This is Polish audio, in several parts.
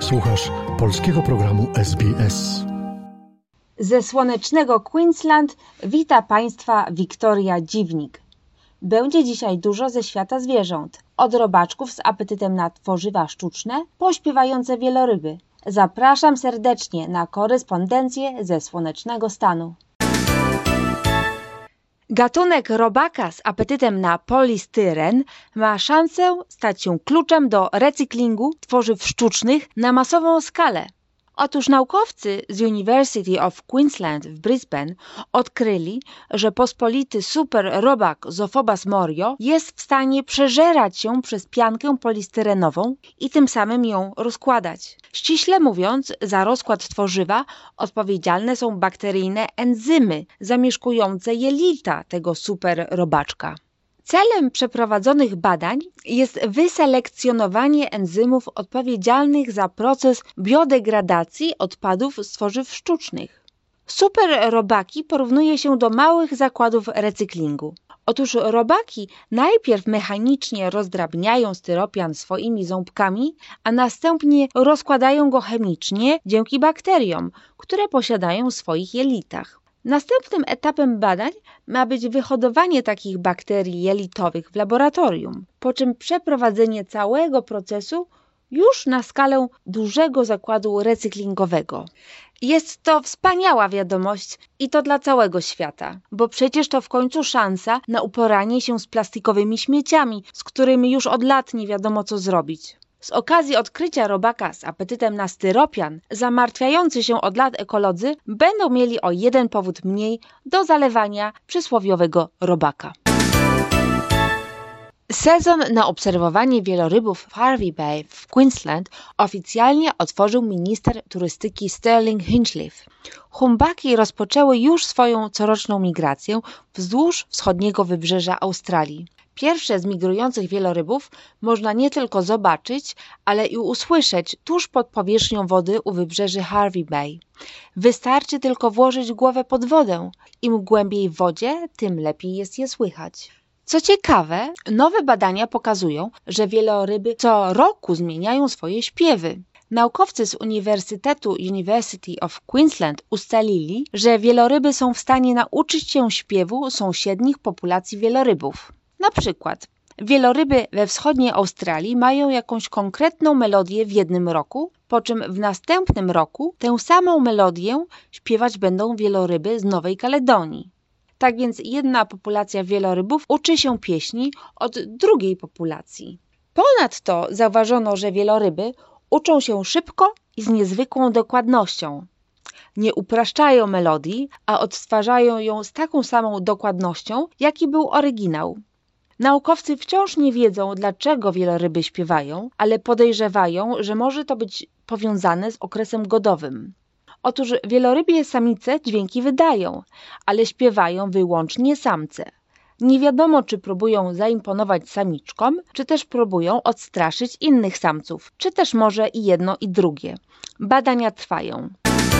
Słuchasz polskiego programu SBS. Ze słonecznego Queensland wita Państwa Wiktoria Dziwnik. Będzie dzisiaj dużo ze świata zwierząt. Od robaczków z apetytem na tworzywa sztuczne, po śpiewające wieloryby. Zapraszam serdecznie na korespondencję ze słonecznego stanu. Gatunek robaka z apetytem na polistyren ma szansę stać się kluczem do recyklingu tworzyw sztucznych na masową skalę. Otóż naukowcy z University of Queensland w Brisbane odkryli, że pospolity super robak Zophobas morio jest w stanie przeżerać się przez piankę polistyrenową i tym samym ją rozkładać. Ściśle mówiąc, za rozkład tworzywa odpowiedzialne są bakteryjne enzymy zamieszkujące jelita tego super robaczka. Celem przeprowadzonych badań jest wyselekcjonowanie enzymów odpowiedzialnych za proces biodegradacji odpadów z tworzyw sztucznych. Super robaki porównuje się do małych zakładów recyklingu. Otóż robaki najpierw mechanicznie rozdrabniają styropian swoimi ząbkami, a następnie rozkładają go chemicznie dzięki bakteriom, które posiadają w swoich jelitach. Następnym etapem badań ma być wyhodowanie takich bakterii jelitowych w laboratorium, po czym przeprowadzenie całego procesu już na skalę dużego zakładu recyklingowego. Jest to wspaniała wiadomość i to dla całego świata, bo przecież to w końcu szansa na uporanie się z plastikowymi śmieciami, z którymi już od lat nie wiadomo co zrobić. Z okazji odkrycia robaka z apetytem na styropian, zamartwiający się od lat ekolodzy będą mieli o jeden powód mniej do zalewania przysłowiowego robaka. Sezon na obserwowanie wielorybów w Hervey Bay w Queensland oficjalnie otworzył minister turystyki Sterling Hinchliffe. Humpbacki rozpoczęły już swoją coroczną migrację wzdłuż wschodniego wybrzeża Australii. Pierwsze z migrujących wielorybów można nie tylko zobaczyć, ale i usłyszeć tuż pod powierzchnią wody u wybrzeży Hervey Bay. Wystarczy tylko włożyć głowę pod wodę. Im głębiej w wodzie, tym lepiej jest je słychać. Co ciekawe, nowe badania pokazują, że wieloryby co roku zmieniają swoje śpiewy. Naukowcy z Uniwersytetu University of Queensland ustalili, że wieloryby są w stanie nauczyć się śpiewu sąsiednich populacji wielorybów. Na przykład wieloryby we wschodniej Australii mają jakąś konkretną melodię w jednym roku, po czym w następnym roku tę samą melodię śpiewać będą wieloryby z Nowej Kaledonii. Tak więc jedna populacja wielorybów uczy się pieśni od drugiej populacji. Ponadto zauważono, że wieloryby uczą się szybko i z niezwykłą dokładnością. Nie upraszczają melodii, a odtwarzają ją z taką samą dokładnością, jaki był oryginał. Naukowcy wciąż nie wiedzą, dlaczego wieloryby śpiewają, ale podejrzewają, że może to być powiązane z okresem godowym. Otóż wielorybie samice dźwięki wydają, ale śpiewają wyłącznie samce. Nie wiadomo, czy próbują zaimponować samiczkom, czy też próbują odstraszyć innych samców, czy też może i jedno i drugie. Badania trwają.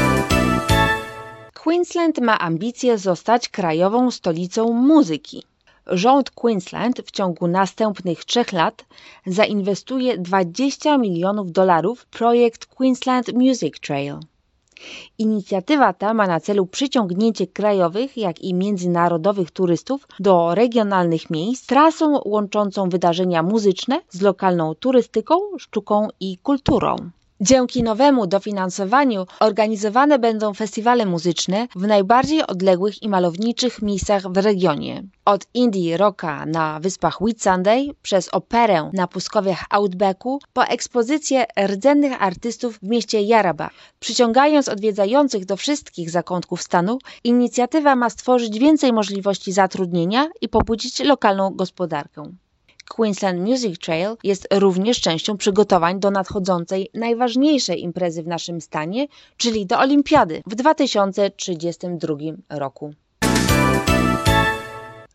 Queensland ma ambicje zostać krajową stolicą muzyki. Rząd Queensland w ciągu następnych 3 lat zainwestuje $20 milionów w projekt Queensland Music Trail. Inicjatywa ta ma na celu przyciągnięcie krajowych, jak i międzynarodowych turystów do regionalnych miejsc trasą łączącą wydarzenia muzyczne z lokalną turystyką, sztuką i kulturą. Dzięki nowemu dofinansowaniu organizowane będą festiwale muzyczne w najbardziej odległych i malowniczych miejscach w regionie. Od indie rocka na wyspach Whitsunday, przez operę na pustkowiach Outbacku, po ekspozycję rdzennych artystów w mieście Yarrabah. Przyciągając odwiedzających do wszystkich zakątków stanu, inicjatywa ma stworzyć więcej możliwości zatrudnienia i pobudzić lokalną gospodarkę. Queensland Music Trail jest również częścią przygotowań do nadchodzącej najważniejszej imprezy w naszym stanie, czyli do Olimpiady w 2032 roku.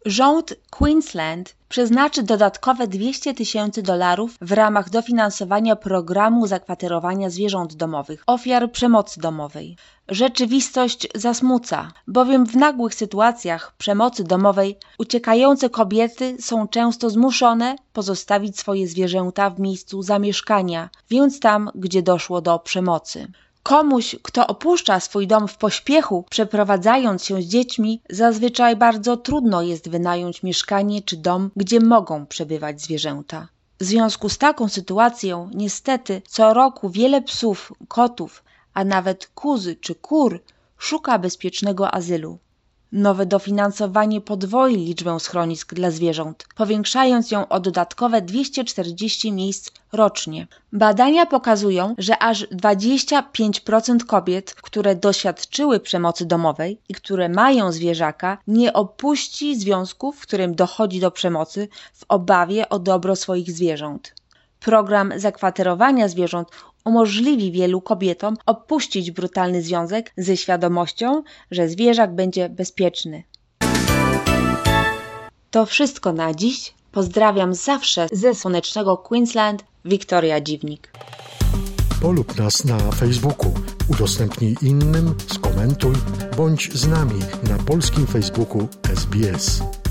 Rząd Queensland przeznaczy dodatkowe $200,000 w ramach dofinansowania programu zakwaterowania zwierząt domowych, ofiar przemocy domowej. Rzeczywistość zasmuca, bowiem w nagłych sytuacjach przemocy domowej uciekające kobiety są często zmuszone pozostawić swoje zwierzęta w miejscu zamieszkania, więc tam, gdzie doszło do przemocy. Komuś, kto opuszcza swój dom w pośpiechu, przeprowadzając się z dziećmi, zazwyczaj bardzo trudno jest wynająć mieszkanie czy dom, gdzie mogą przebywać zwierzęta. W związku z taką sytuacją, niestety, co roku wiele psów, kotów, a nawet kuzy czy kur szuka bezpiecznego azylu. Nowe dofinansowanie podwoi liczbę schronisk dla zwierząt, powiększając ją o dodatkowe 240 miejsc rocznie. Badania pokazują, że aż 25% kobiet, które doświadczyły przemocy domowej i które mają zwierzaka, nie opuści związku, w którym dochodzi do przemocy, w obawie o dobro swoich zwierząt. Program zakwaterowania zwierząt umożliwi wielu kobietom opuścić brutalny związek ze świadomością, że zwierzak będzie bezpieczny. To wszystko na dziś. Pozdrawiam zawsze ze słonecznego Queensland, Wiktoria Dziwnik. Polub nas na Facebooku, udostępnij innym, skomentuj, bądź z nami na polskim Facebooku SBS.